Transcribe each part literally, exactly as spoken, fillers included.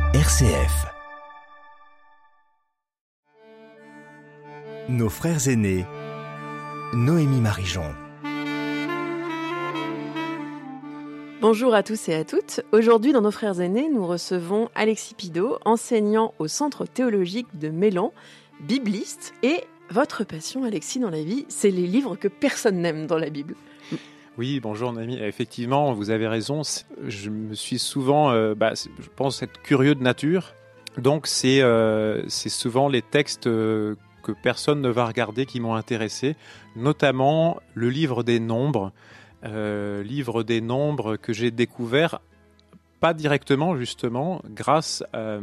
R C F. Nos frères aînés, Noémie Marijon. Bonjour à tous et à toutes. Aujourd'hui, dans Nos frères aînés, nous recevons Alexis Pido, enseignant au Centre théologique de Mélan, bibliste. Et votre passion, Alexis, dans la vie, c'est les livres que personne n'aime dans la Bible. Oui, bonjour Noémie. Effectivement, vous avez raison. Je me suis souvent, euh, bah, je pense, être curieux de nature. Donc, c'est, euh, c'est souvent les textes euh, que personne ne va regarder qui m'ont intéressé, notamment le livre des Nombres. Euh, livre des Nombres que j'ai découvert, pas directement justement, grâce à,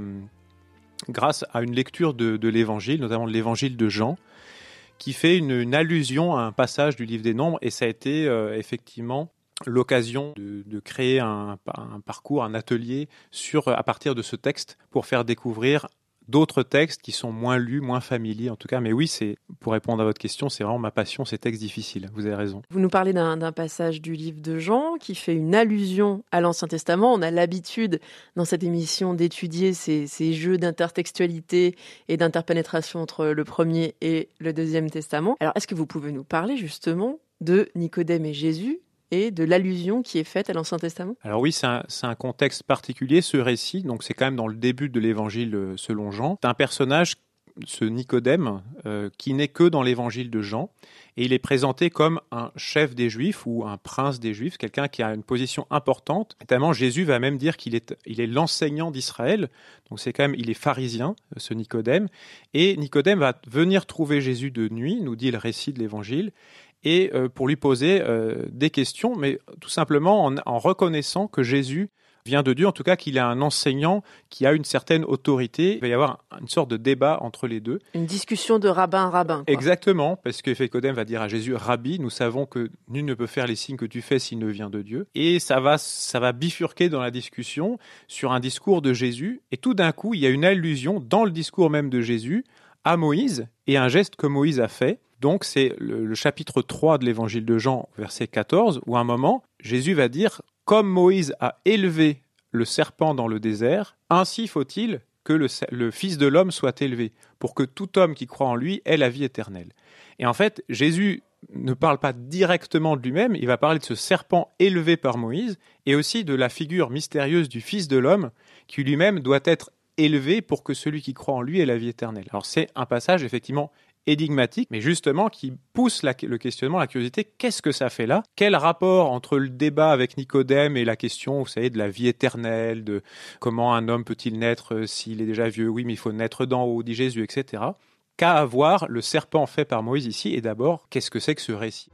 grâce à une lecture de, de l'Évangile, notamment de l'Évangile de Jean, qui fait une, une allusion à un passage du livre des Nombres, et ça a été euh, effectivement l'occasion de, de créer un, un parcours, un atelier sur, à partir de ce texte, pour faire découvrir d'autres textes qui sont moins lus, moins familiers en tout cas. Mais oui, c'est, pour répondre à votre question, c'est vraiment ma passion, ces textes difficiles. Vous avez raison. Vous nous parlez d'un, d'un passage du livre de Jean qui fait une allusion à l'Ancien Testament. On a l'habitude dans cette émission d'étudier ces, ces jeux d'intertextualité et d'interpénétration entre le premier et le deuxième Testament. Alors, est-ce que vous pouvez nous parler justement de Nicodème et Jésus et de l'allusion qui est faite à l'Ancien Testament? Alors oui, c'est un, c'est un contexte particulier, ce récit. Donc c'est quand même dans le début de l'Évangile selon Jean. C'est un personnage, ce Nicodème, euh, qui n'est que dans l'Évangile de Jean. Et il est présenté comme un chef des Juifs ou un prince des Juifs, quelqu'un qui a une position importante. Notamment, Jésus va même dire qu'il est, il est l'enseignant d'Israël. Donc c'est quand même, il est pharisien, ce Nicodème. Et Nicodème va venir trouver Jésus de nuit, nous dit le récit de l'Évangile, et euh, pour lui poser euh, des questions, mais tout simplement en, en reconnaissant que Jésus vient de Dieu, en tout cas qu'il est un enseignant qui a une certaine autorité. Il va y avoir une sorte de débat entre les deux. Une discussion de rabbin à rabbin, quoi. Exactement, parce que Nicodème va dire à Jésus, Rabbi, nous savons que nul ne peut faire les signes que tu fais s'il ne vient de Dieu. Et ça va, ça va bifurquer dans la discussion sur un discours de Jésus. Et tout d'un coup, il y a une allusion dans le discours même de Jésus à Moïse et un geste que Moïse a fait. Donc c'est le, le chapitre trois de l'Évangile de Jean, verset quatorze, où à un moment, Jésus va dire « Comme Moïse a élevé le serpent dans le désert, ainsi faut-il que le, le Fils de l'homme soit élevé, pour que tout homme qui croit en lui ait la vie éternelle. » Et en fait, Jésus ne parle pas directement de lui-même, il va parler de ce serpent élevé par Moïse, et aussi de la figure mystérieuse du Fils de l'homme, qui lui-même doit être élevé pour que celui qui croit en lui ait la vie éternelle. Alors c'est un passage effectivement énigmatique, mais justement qui pousse la, le questionnement, la curiosité. Qu'est-ce que ça fait là? Quel rapport entre le débat avec Nicodème et la question, vous savez, de la vie éternelle, de comment un homme peut-il naître s'il est déjà vieux? Oui, mais il faut naître d'en haut, dit Jésus, et cetera. Qu'a à voir le serpent fait par Moïse ici? Et d'abord, qu'est-ce que c'est que ce récit?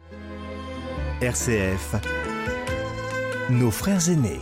R C F, Nos frères aînés.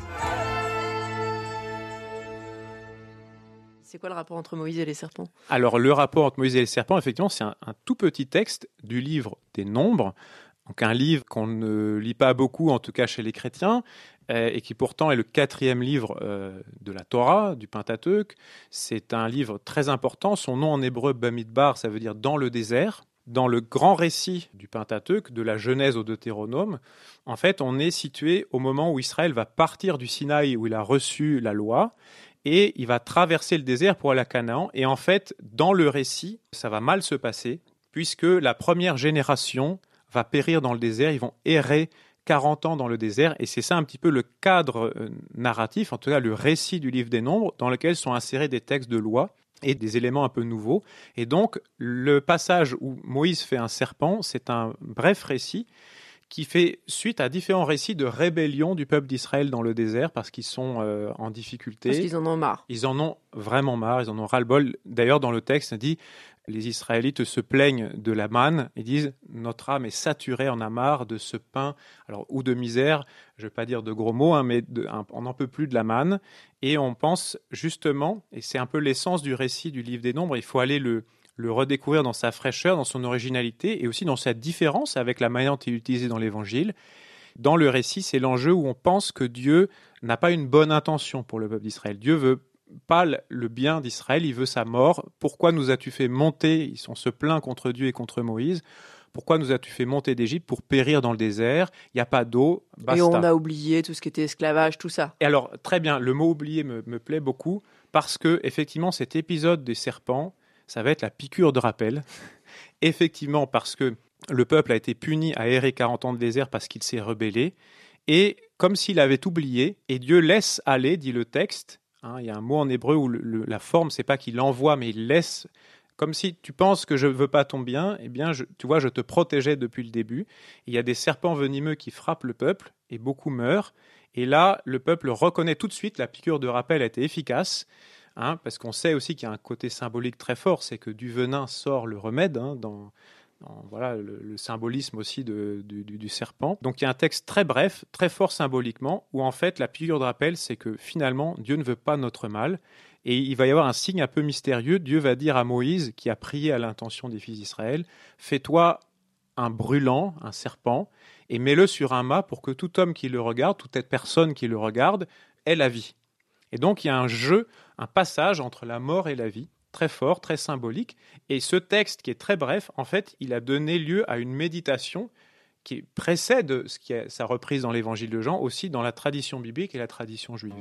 C'est quoi le rapport entre Moïse et les serpents? Alors, le rapport entre Moïse et les serpents, effectivement, c'est un, un tout petit texte du livre des Nombres, donc un livre qu'on ne lit pas beaucoup, en tout cas chez les chrétiens, euh, et qui pourtant est le quatrième livre euh, de la Torah, du Pentateuque. C'est un livre très important. Son nom en hébreu, Bamidbar, ça veut dire « dans le désert ». Dans le grand récit du Pentateuque, de la Genèse au Deutéronome, en fait, on est situé au moment où Israël va partir du Sinaï, où il a reçu la loi, et il va traverser le désert pour aller à Canaan. Et en fait, dans le récit, ça va mal se passer, puisque la première génération va périr dans le désert. Ils vont errer quarante ans dans le désert. Et c'est ça un petit peu le cadre narratif, en tout cas le récit du livre des Nombres, dans lequel sont insérés des textes de loi et des éléments un peu nouveaux. Et donc, le passage où Moïse fait un serpent, c'est un bref récit qui fait suite à différents récits de rébellion du peuple d'Israël dans le désert parce qu'ils sont euh, en difficulté. Parce qu'ils en ont marre. Ils en ont vraiment marre, ils en ont ras-le-bol. D'ailleurs, dans le texte, on dit les Israélites se plaignent de la manne et disent « Notre âme est saturée, on a marre de ce pain, alors ou de misère, je ne vais pas dire de gros mots, hein, mais de, un, on n'en peut plus de la manne. » Et on pense justement, et c'est un peu l'essence du récit du livre des Nombres, il faut aller le... le redécouvrir dans sa fraîcheur, dans son originalité et aussi dans sa différence avec la manière dont il est utilisé dans l'Évangile. Dans le récit, c'est l'enjeu où on pense que Dieu n'a pas une bonne intention pour le peuple d'Israël. Dieu veut pas le bien d'Israël, il veut sa mort. Pourquoi nous as-tu fait monter? On se plaint contre Dieu et contre Moïse. Pourquoi nous as-tu fait monter d'Égypte pour périr dans le désert? Il n'y a pas d'eau, basta. Et on a oublié tout ce qui était esclavage, tout ça. Et alors, très bien, le mot oublié me, me plaît beaucoup parce que, effectivement, cet épisode des serpents, ça va être la piqûre de rappel. Effectivement, parce que le peuple a été puni à errer quarante ans de désert parce qu'il s'est rebellé. Et comme s'il avait oublié, et Dieu laisse aller, dit le texte. Hein, il y a un mot en hébreu où le, le, la forme, c'est pas qu'il envoie, mais il laisse. Comme si tu penses que je ne veux pas ton bien, eh bien, je, tu vois, je te protégeais depuis le début. Il y a des serpents venimeux qui frappent le peuple, et beaucoup meurent. Et là, le peuple reconnaît tout de suite, la piqûre de rappel a été efficace, hein, parce qu'on sait aussi qu'il y a un côté symbolique très fort, c'est que du venin sort le remède, hein, dans, dans voilà, le, le symbolisme aussi de, du, du, du serpent. Donc il y a un texte très bref, très fort symboliquement, où en fait la piqûre de rappel, c'est que finalement, Dieu ne veut pas notre mal. Et il va y avoir un signe un peu mystérieux. Dieu va dire à Moïse, qui a prié à l'intention des fils d'Israël, « Fais-toi un brûlant, un serpent, et mets-le sur un mât pour que tout homme qui le regarde, toute personne qui le regarde, ait la vie. » Et donc il y a un jeu, un passage entre la mort et la vie, très fort, très symbolique. Et ce texte qui est très bref, en fait, il a donné lieu à une méditation qui précède ce qui est sa reprise dans l'évangile de Jean, aussi dans la tradition biblique et la tradition juive.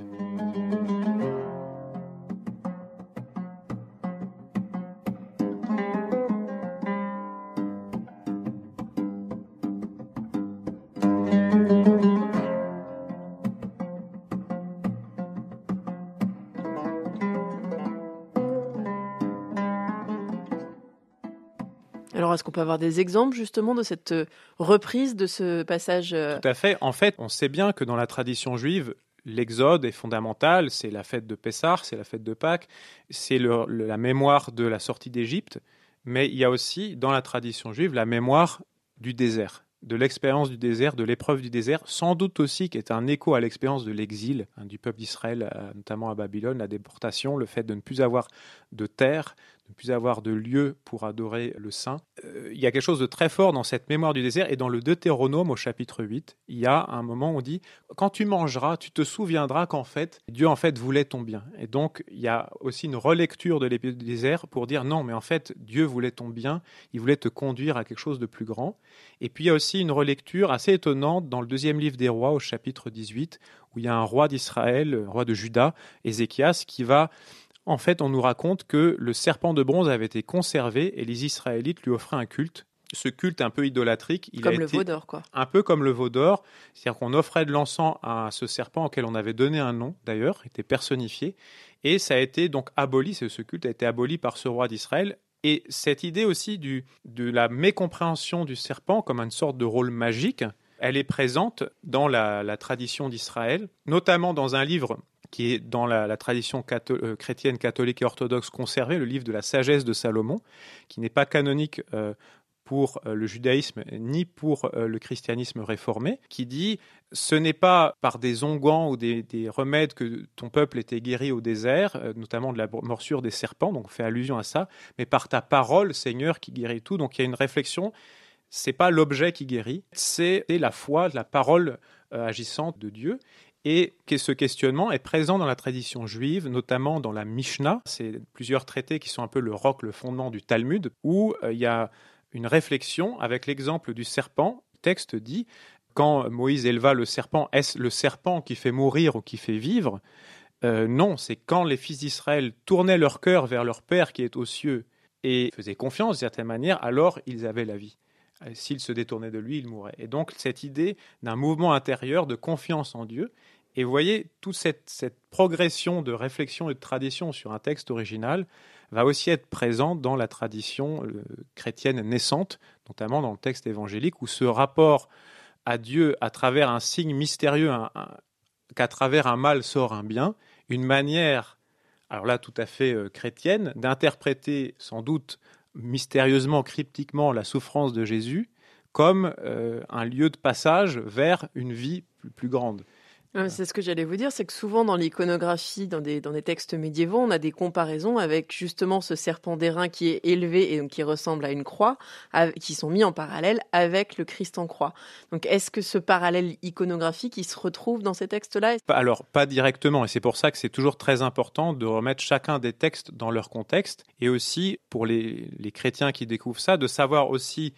Alors, est-ce qu'on peut avoir des exemples justement de cette reprise de ce passage? Tout à fait. En fait, on sait bien que dans la tradition juive, l'exode est fondamental. C'est la fête de Pessah, c'est la fête de Pâques, c'est le, le, la mémoire de la sortie d'Égypte. Mais il y a aussi, dans la tradition juive, la mémoire du désert, de l'expérience du désert, de l'épreuve du désert, sans doute aussi qui est un écho à l'expérience de l'exil, hein, du peuple d'Israël, notamment à Babylone, la déportation, le fait de ne plus avoir de terre, de ne plus avoir de lieu pour adorer le Saint. Euh, il y a quelque chose de très fort dans cette mémoire du désert, et dans le Deutéronome au chapitre huit, il y a un moment où on dit « Quand tu mangeras, tu te souviendras qu'en fait, Dieu en fait voulait ton bien. » Et donc, il y a aussi une relecture de l'épisode du désert pour dire « Non, mais en fait, Dieu voulait ton bien, il voulait te conduire à quelque chose de plus grand. » Et puis, il y a aussi une relecture assez étonnante dans le deuxième livre des rois, au chapitre dix-huit, où il y a un roi d'Israël, un roi de Juda, Ézéchias, qui va... En fait, on nous raconte que le serpent de bronze avait été conservé et les Israélites lui offraient un culte. Ce culte un peu idolâtrique, il comme a le été veau d'or, quoi. Un peu comme le veau d'or, c'est-à-dire qu'on offrait de l'encens à ce serpent auquel on avait donné un nom, d'ailleurs, était personnifié, et ça a été donc aboli, ce culte a été aboli par ce roi d'Israël. Et cette idée aussi du, de la mécompréhension du serpent comme une sorte de rôle magique, elle est présente dans la, la tradition d'Israël, notamment dans un livre qui est dans la, la tradition catho- euh, chrétienne, catholique et orthodoxe conservée, le livre de la sagesse de Salomon, qui n'est pas canonique euh, pour euh, le judaïsme ni pour euh, le christianisme réformé, qui dit « ce n'est pas par des onguents ou des, des remèdes que ton peuple était guéri au désert, euh, notamment de la morsure des serpents, donc on fait allusion à ça, mais par ta parole, Seigneur, qui guérit tout. » Donc il y a une réflexion. C'est pas l'objet qui guérit, c'est la foi, la parole euh, agissante de Dieu. Et ce questionnement est présent dans la tradition juive, notamment dans la Mishnah. C'est plusieurs traités qui sont un peu le roc, le fondement du Talmud, où euh, il y a une réflexion avec l'exemple du serpent. Le texte dit, quand Moïse éleva le serpent, est-ce le serpent qui fait mourir ou qui fait vivre? euh, Non, c'est quand les fils d'Israël tournaient leur cœur vers leur Père qui est aux cieux et faisaient confiance d'une certaine manière, alors ils avaient la vie. S'il se détournait de lui, il mourrait. Et donc, cette idée d'un mouvement intérieur de confiance en Dieu. Et vous voyez, toute cette, cette progression de réflexion et de tradition sur un texte original va aussi être présente dans la tradition euh, chrétienne naissante, notamment dans le texte évangélique, où ce rapport à Dieu à travers un signe mystérieux, un, un, qu'à travers un mal sort un bien, une manière, alors là tout à fait euh, chrétienne, d'interpréter sans doute mystérieusement, cryptiquement, la souffrance de Jésus comme euh, un lieu de passage vers une vie plus, plus grande. C'est ce que j'allais vous dire, c'est que souvent dans l'iconographie, dans des, dans des textes médiévaux, on a des comparaisons avec justement ce serpent d'airain qui est élevé et donc qui ressemble à une croix, à, qui sont mis en parallèle avec le Christ en croix. Donc est-ce que ce parallèle iconographique, il se retrouve dans ces textes-là? Alors, pas directement, et c'est pour ça que c'est toujours très important de remettre chacun des textes dans leur contexte, et aussi, pour les, les chrétiens qui découvrent ça, de savoir aussi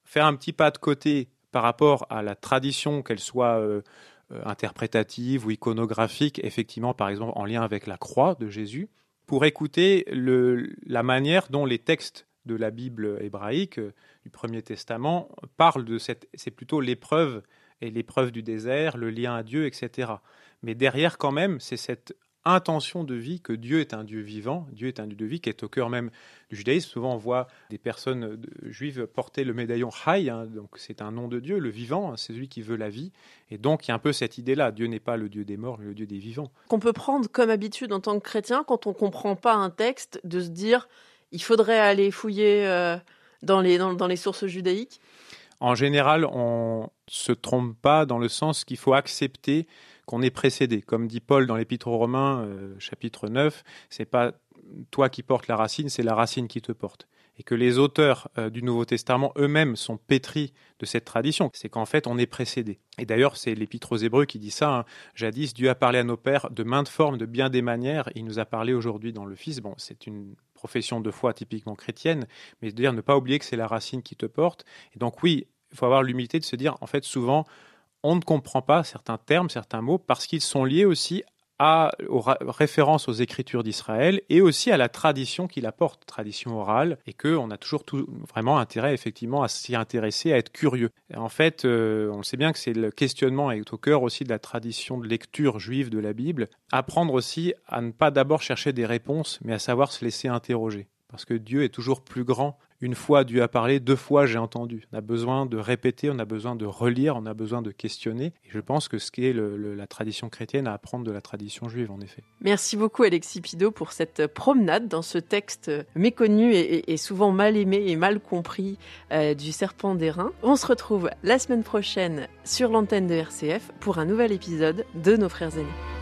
faire un petit pas de côté par rapport à la tradition, qu'elle soit euh, euh, interprétative ou iconographique, effectivement, par exemple, en lien avec la croix de Jésus, pour écouter le, la manière dont les textes de la Bible hébraïque, euh, du Premier Testament, parlent de cette... C'est plutôt l'épreuve et l'épreuve du désert, le lien à Dieu, et cetera. Mais derrière, quand même, c'est cette intention de vie que Dieu est un Dieu vivant, Dieu est un Dieu de vie qui est au cœur même du judaïsme. Souvent, on voit des personnes juives porter le médaillon Chai, hein, donc c'est un nom de Dieu, le vivant, hein, c'est celui qui veut la vie. Et donc, il y a un peu cette idée-là, Dieu n'est pas le Dieu des morts, mais le Dieu des vivants. Qu'on peut prendre comme habitude en tant que chrétien, quand on ne comprend pas un texte, de se dire, il faudrait aller fouiller euh, dans, les, dans, dans les sources judaïques. En général, on ne se trompe pas dans le sens qu'il faut accepter qu'on est précédé. Comme dit Paul dans l'Épître aux Romains, euh, chapitre neuf, c'est pas toi qui portes la racine, c'est la racine qui te porte. Et que les auteurs euh, du Nouveau Testament eux-mêmes sont pétris de cette tradition. C'est qu'en fait, on est précédé. Et d'ailleurs, c'est l'Épître aux Hébreux qui dit ça. Hein. Jadis, Dieu a parlé à nos pères de maintes formes, de bien des manières. Il nous a parlé aujourd'hui dans le Fils. Bon, c'est une profession de foi typiquement chrétienne, mais de dire ne pas oublier que c'est la racine qui te porte. Et donc oui, il faut avoir l'humilité de se dire, en fait, souvent, on ne comprend pas certains termes, certains mots, parce qu'ils sont liés aussi à, aux ra- références aux Écritures d'Israël et aussi à la tradition qu'il apporte, tradition orale, et qu'on a toujours tout, vraiment intérêt, effectivement, à s'y intéresser, à être curieux. Et en fait, euh, on sait bien que c'est le questionnement est au cœur aussi de la tradition de lecture juive de la Bible. Apprendre aussi à ne pas d'abord chercher des réponses, mais à savoir se laisser interroger. Parce que Dieu est toujours plus grand. Une fois Dieu a parlé, deux fois j'ai entendu. On a besoin de répéter, on a besoin de relire, on a besoin de questionner. Et je pense que ce qu'est le, le, la tradition chrétienne à apprendre de la tradition juive, en effet. Merci beaucoup Alexis Pido pour cette promenade dans ce texte méconnu et, et, et souvent mal aimé et mal compris euh, du serpent d'airain. On se retrouve la semaine prochaine sur l'antenne de R C F pour un nouvel épisode de Nos Frères Aînés.